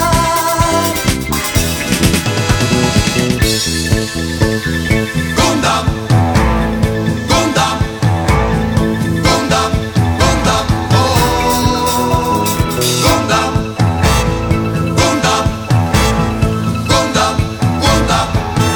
Speaker 7: Gundam, Gundam, Gundam, Gundam, oh. Gundam, Gundam, Gundam, Gundam.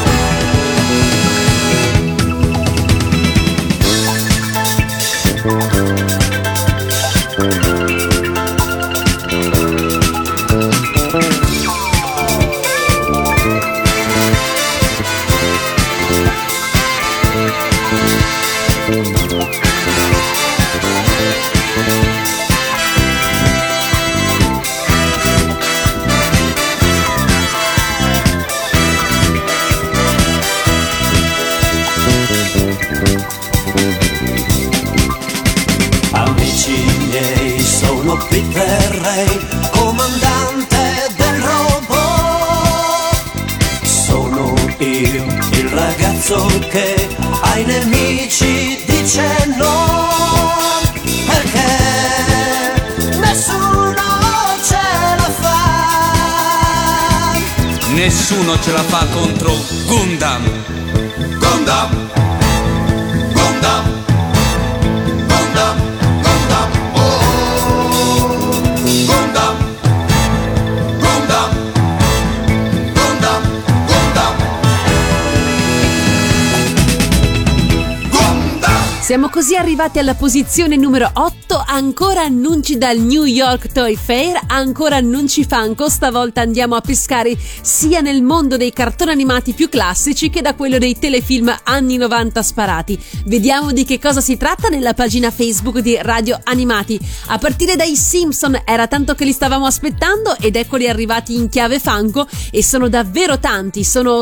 Speaker 7: Amici miei, sono Peter Ray, comandante del robot. Sono io, il ragazzo che ai nemici dice no, perché nessuno ce la fa.
Speaker 8: Nessuno ce la fa contro Gundam.
Speaker 7: Gundam, Gundam, Gundam, Gundam, oh. Gundam, Gundam, Gundam, Gundam, Gundam.
Speaker 2: Siamo così arrivati alla posizione numero 8, ancora annunci dal New York Toy Fair, ancora annunci Funko, stavolta andiamo a pescare sia nel mondo dei cartoni animati più classici che da quello dei telefilm anni 90 sparati. Vediamo di che cosa si tratta nella pagina Facebook di Radio Animati. A partire dai Simpson, era tanto che li stavamo aspettando ed eccoli arrivati in chiave Funko e sono davvero tanti, sono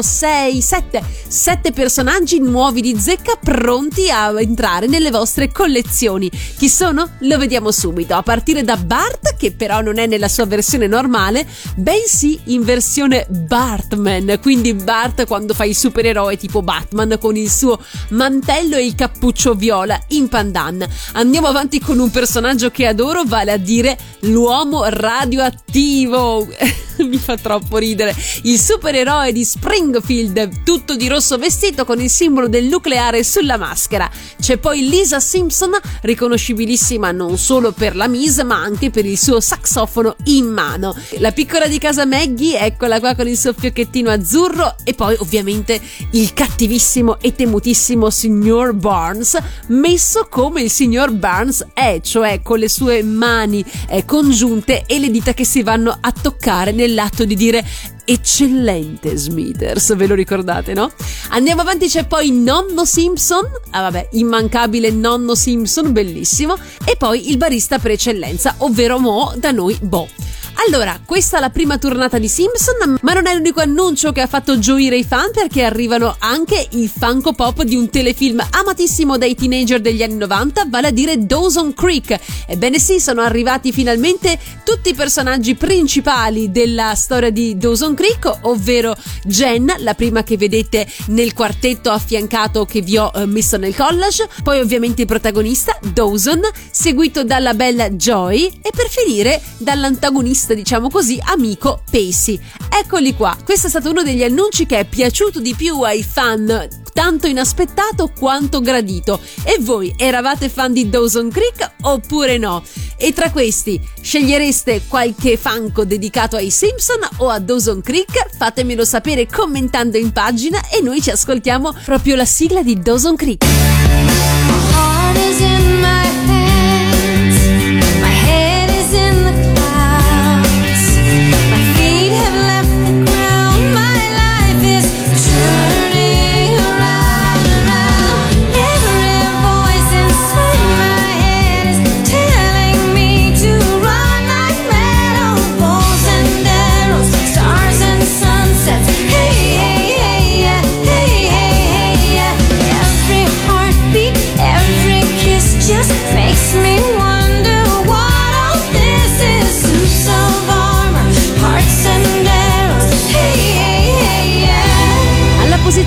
Speaker 2: 7 personaggi nuovi di zecca pronti a entrare nelle vostre collezioni. Chi sono? Lo vediamo subito, a partire da Bart, che però non è nella sua versione normale, bensì in versione Bartman, quindi Bart quando fa il supereroe tipo Batman con il suo mantello e il cappuccio viola in pandan. Andiamo avanti con un personaggio che adoro, vale a dire l'uomo radioattivo. Mi fa troppo ridere, il supereroe di Springfield, tutto di rosso vestito con il simbolo del nucleare sulla maschera. C'è poi Lisa Simpson, riconoscibilissima non solo per la mise ma anche per il suo saxofono in mano. La piccola di casa Maggie, eccola qua con il suo fiocchettino azzurro, e poi ovviamente il cattivissimo e temutissimo signor Barnes, messo come il signor Barnes è, cioè con le sue mani congiunte e le dita che si vanno a toccare nell'atto di dire eccellente Smithers, ve lo ricordate, no? Andiamo avanti, c'è poi Nonno Simpson, immancabile Nonno Simpson, bellissimo, e poi il barista per eccellenza, ovvero Mo, da noi Bo. Allora, questa è la prima tornata di Simpson, ma non è l'unico annuncio che ha fatto gioire i fan, perché arrivano anche i Funko Pop di un telefilm amatissimo dai teenager degli anni 90, vale a dire Dawson Creek. Ebbene sì, sono arrivati finalmente tutti i personaggi principali della storia di Dawson Creek, ovvero Jen, la prima che vedete nel quartetto affiancato che vi ho messo nel collage, poi ovviamente il protagonista Dawson, seguito dalla bella Joy e per finire dall'antagonista, diciamo così, amico Pacey. Eccoli qua, questo è stato uno degli annunci che è piaciuto di più ai fan, tanto inaspettato quanto gradito. E voi eravate fan di Dawson Creek oppure no? E tra questi scegliereste qualche Funko dedicato ai Simpson o a Dawson Creek? Fatemelo sapere commentando in pagina e noi ci ascoltiamo proprio la sigla di Dawson Creek.
Speaker 5: Heart is in my hands, my head is in the clouds, my feet have left the ground, my life is turning around and around. Every voice inside my head is telling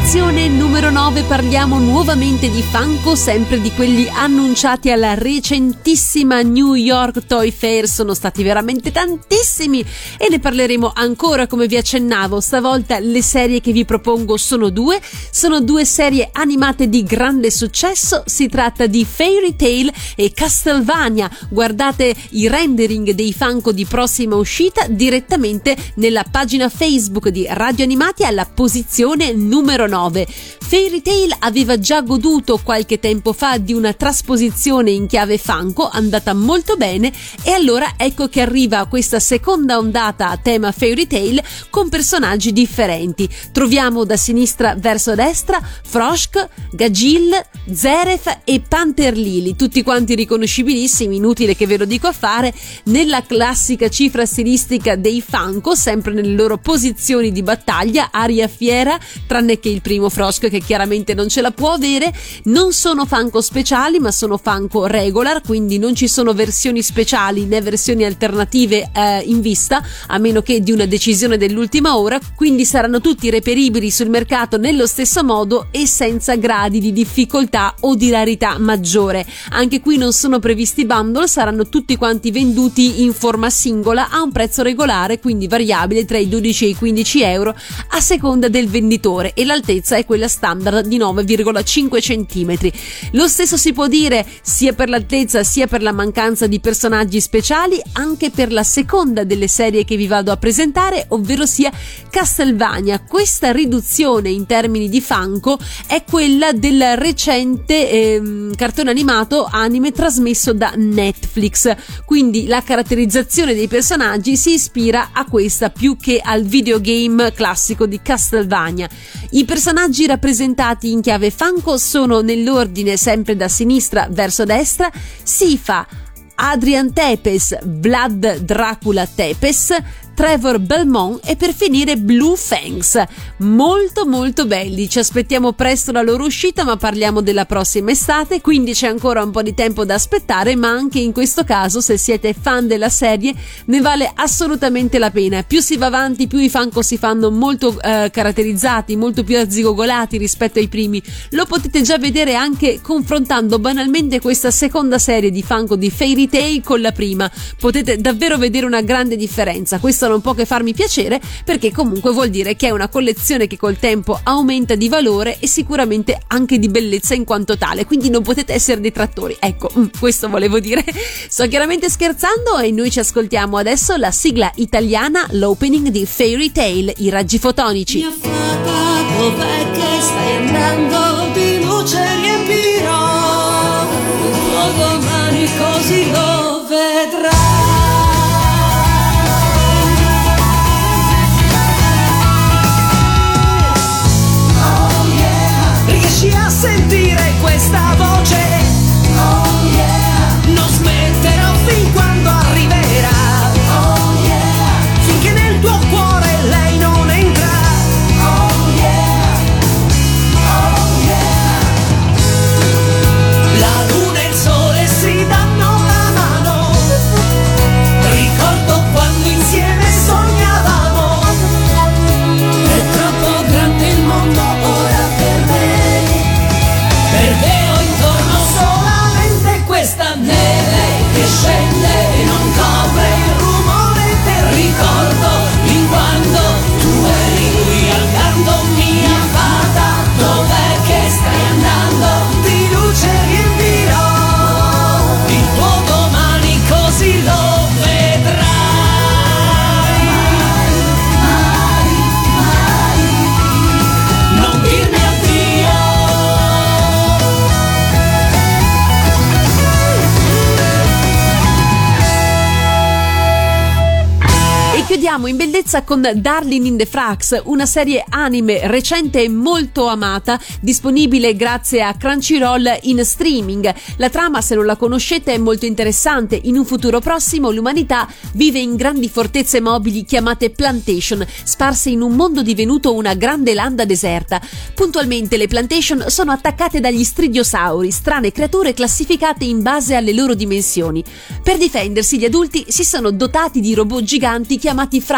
Speaker 2: posizione numero 9 parliamo nuovamente di Funko, sempre di quelli annunciati alla recentissima New York Toy Fair. Sono stati veramente tantissimi e ne parleremo ancora, come vi accennavo. Stavolta le serie che vi propongo sono due serie animate di grande successo. Si tratta di Fairy Tail e Castlevania. Guardate i rendering dei Funko di prossima uscita direttamente nella pagina Facebook di Radio Animati alla posizione numero 9. Fairy Tail aveva già goduto qualche tempo fa di una trasposizione in chiave Funko andata molto bene, e allora ecco che arriva questa seconda ondata a tema Fairy Tail con personaggi differenti. Troviamo da sinistra verso destra Froshk, Gagil, Zeref e Panther Lily, tutti quanti riconoscibilissimi, inutile che ve lo dico a fare, nella classica cifra stilistica dei Funko, sempre nelle loro posizioni di battaglia, aria fiera, tranne che il primo Froshk che chiaramente non ce la può avere. Non sono Funko speciali ma sono Funko regular, quindi non ci sono versioni speciali né versioni alternative in vista, a meno che di una decisione dell'ultima ora, quindi saranno tutti reperibili sul mercato nello stesso modo e senza gradi di difficoltà o di rarità maggiore. Anche qui non sono previsti bundle, saranno tutti quanti venduti in forma singola a un prezzo regolare, quindi variabile tra i 12 e i 15 euro a seconda del venditore, e l'altezza è quella standard di 9,5 cm. Lo stesso si può dire sia per l'altezza sia per la mancanza di personaggi speciali anche per la seconda delle serie che vi vado a presentare, ovvero sia Castlevania. Questa riduzione in termini di Funko è quella del recente cartone animato anime trasmesso da Netflix, quindi la caratterizzazione dei personaggi si ispira a questa più che al videogame classico di Castlevania. I personaggi rappresentati in chiave Funko sono nell'ordine sempre da sinistra verso destra: Sifa, Adrian Tepes, Vlad Dracula Tepes, Trevor Belmont e per finire Blue Fangs. Molto molto belli, ci aspettiamo presto la loro uscita, ma parliamo della prossima estate, quindi c'è ancora un po' di tempo da aspettare, ma anche in questo caso, se siete fan della serie, ne vale assolutamente la pena. Più si va avanti, più i Funko si fanno molto caratterizzati, molto più arzigogolati rispetto ai primi. Lo potete già vedere anche confrontando banalmente questa seconda serie di Funko di Fairy Tail con la prima. Potete davvero vedere una grande differenza. Questo non può che farmi piacere, perché comunque vuol dire che è una collezione che col tempo aumenta di valore e sicuramente anche di bellezza in quanto tale, quindi non potete essere detrattori. Ecco, questo volevo dire. Sto chiaramente scherzando e noi ci ascoltiamo adesso la sigla italiana, l'opening di Fairy Tail, i raggi fotonici.
Speaker 4: Mia fata, dov'è che stai andando? Di luce riempirò il tuo domani, così lo vedrai. A sentire questa voce, oh yeah, non smetterò fin quando arriverà, oh yeah, finché nel tuo cuore lei non entra, oh yeah, oh yeah. La luna e il sole si danno la mano, ricordo quando insieme sognavamo, è troppo grande il mondo ora per me. Per te ho intorno solamente questa neve che scende e non copre il rumore del ricordo di quando tu eri qui accanto, mia fata. Dov'è che stai andando? Di luce riempirò il tuo domani, così lo vedrai. Mai, mai, non dirmi addio.
Speaker 2: Chiudiamo in bellezza con Darling in the Franxx, una serie anime recente e molto amata, disponibile grazie a Crunchyroll in streaming. La trama, se non la conoscete, è molto interessante. In un futuro prossimo l'umanità vive in grandi fortezze mobili chiamate plantation, sparse in un mondo divenuto una grande landa deserta. Puntualmente le plantation sono attaccate dagli stridiosauri, strane creature classificate in base alle loro dimensioni. Per difendersi gli adulti si sono dotati di robot giganti chiamati Franxx,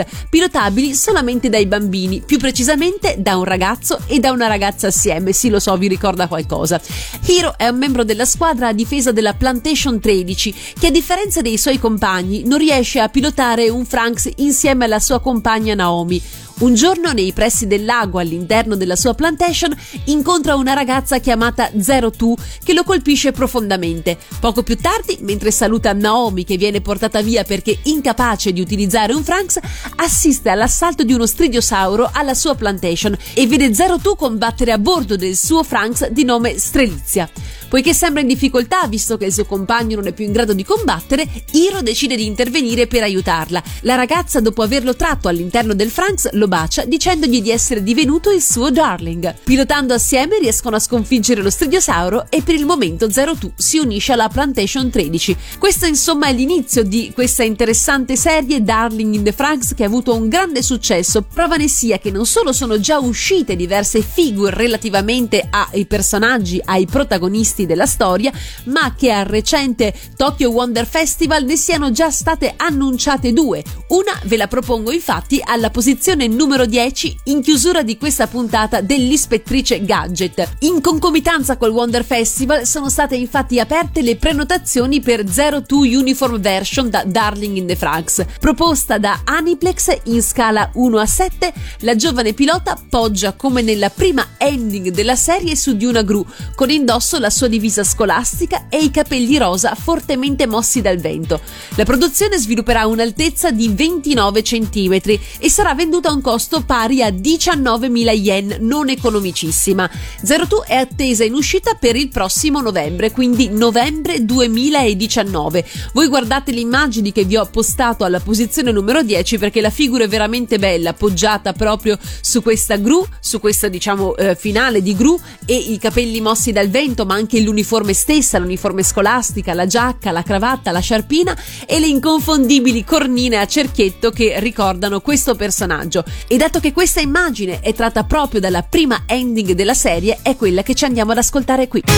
Speaker 2: pilotabili solamente dai bambini, più precisamente da un ragazzo e da una ragazza assieme. Sì, lo so, vi ricorda qualcosa. Hiro è un membro della squadra a difesa della Plantation 13 che, a differenza dei suoi compagni, non riesce a pilotare un Franx insieme alla sua compagna Naomi. Un giorno, nei pressi del lago all'interno della sua plantation, incontra una ragazza chiamata Zero Two che lo colpisce profondamente. Poco più tardi, mentre saluta Naomi che viene portata via perché incapace di utilizzare un Franx, assiste all'assalto di uno stridiosauro alla sua plantation e vede Zero Two combattere a bordo del suo Franx di nome Strelizia. Poiché sembra in difficoltà, visto che il suo compagno non è più in grado di combattere, Hiro decide di intervenire per aiutarla. La ragazza, dopo averlo tratto all'interno del Franx, lo bacia dicendogli di essere divenuto il suo darling. Pilotando assieme riescono a sconfiggere lo stridiosauro e per il momento Zero Two si unisce alla Plantation 13. Questo insomma è l'inizio di questa interessante serie Darling in the Franxx, che ha avuto un grande successo. Prova ne sia che non solo sono già uscite diverse figure relativamente ai personaggi, ai protagonisti della storia, ma che al recente Tokyo Wonder Festival ne siano già state annunciate due. Una ve la propongo infatti alla posizione numero 10 in chiusura di questa puntata dell'Ispettrice Gadget. In concomitanza col Wonder Festival sono state infatti aperte le prenotazioni per Zero Two Uniform Version da Darling in the Franxx. Proposta da Aniplex in scala 1:7, la giovane pilota poggia come nella prima ending della serie su di una gru, con indosso la sua divisa scolastica e i capelli rosa fortemente mossi dal vento. La produzione svilupperà un'altezza di 29 cm e sarà venduta a un costo pari a 19.000 yen, non economicissima. Zero Two è attesa in uscita per il prossimo novembre, quindi novembre 2019. Voi guardate le immagini che vi ho postato alla posizione numero 10 perché la figura è veramente bella, appoggiata proprio su questa gru, su questa finale di gru, e i capelli mossi dal vento, ma anche l'uniforme stessa, l'uniforme scolastica, la giacca, la cravatta, la sciarpina e le inconfondibili cornine a cerchietto che ricordano questo personaggio. E dato che questa immagine è tratta proprio dalla prima ending della serie, è quella che ci andiamo ad ascoltare qui.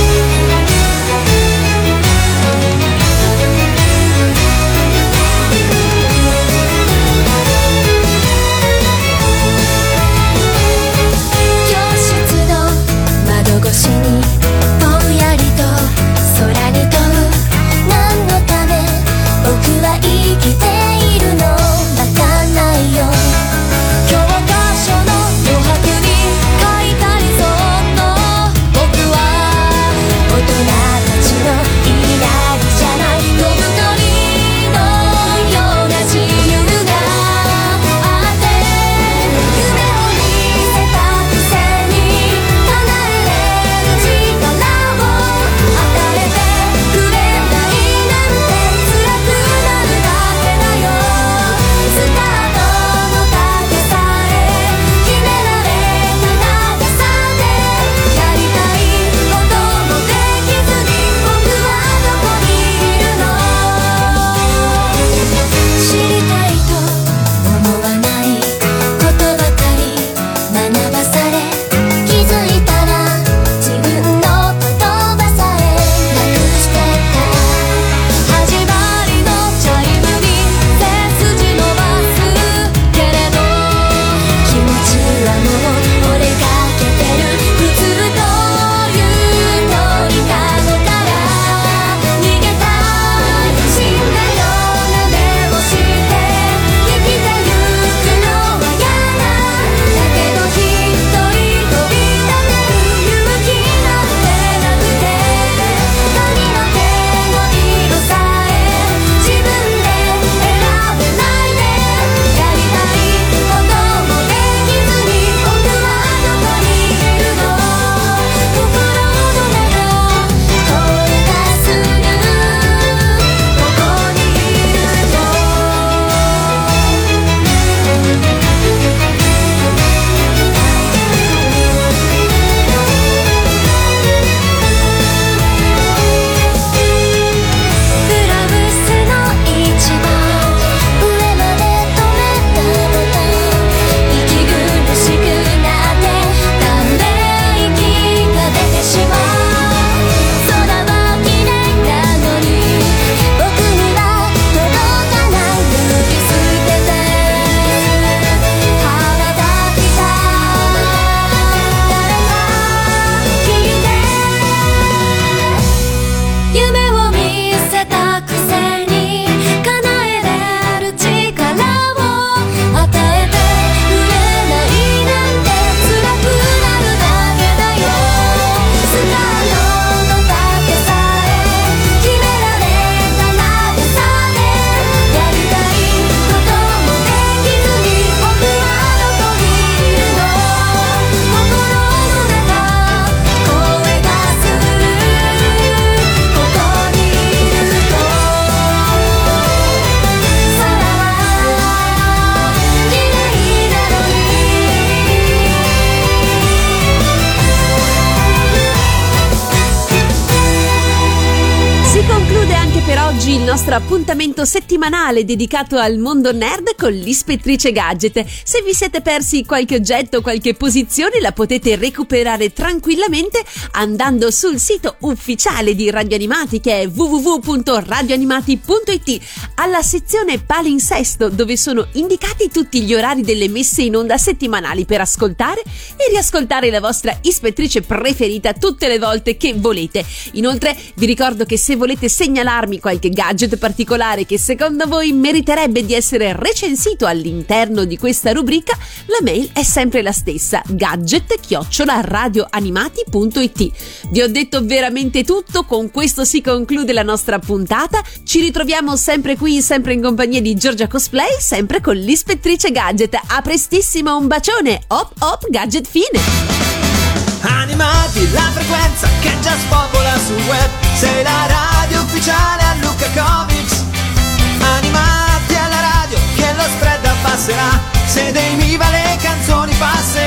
Speaker 5: 「
Speaker 2: oggi il nostro appuntamento settimanale dedicato al mondo nerd con l'ispettrice Gadget. Se vi siete persi qualche oggetto, qualche posizione, la potete recuperare tranquillamente andando sul sito ufficiale di Radio Animati, che è www.radioanimati.it, alla sezione palinsesto, dove sono indicati tutti gli orari delle messe in onda settimanali per ascoltare e riascoltare la vostra ispettrice preferita tutte le volte che volete. Inoltre vi ricordo che se volete segnalarmi qualche gadget particolare che secondo voi meriterebbe di essere recensito all'interno di questa rubrica, la mail è sempre la stessa: gadget@radioanimati.it. Vi ho detto veramente tutto, con questo si conclude la nostra puntata. Ci ritroviamo sempre qui, sempre in compagnia di Giorgia Cosplay, sempre con l'ispettrice Gadget. A prestissimo, un bacione, hop hop gadget fine.
Speaker 6: Animati, la frequenza che già spopola sul web. Sei la radio ufficiale a Luca Comics. Animati alla radio che lo spread abbasserà. Se dei Miva le canzoni passeranno.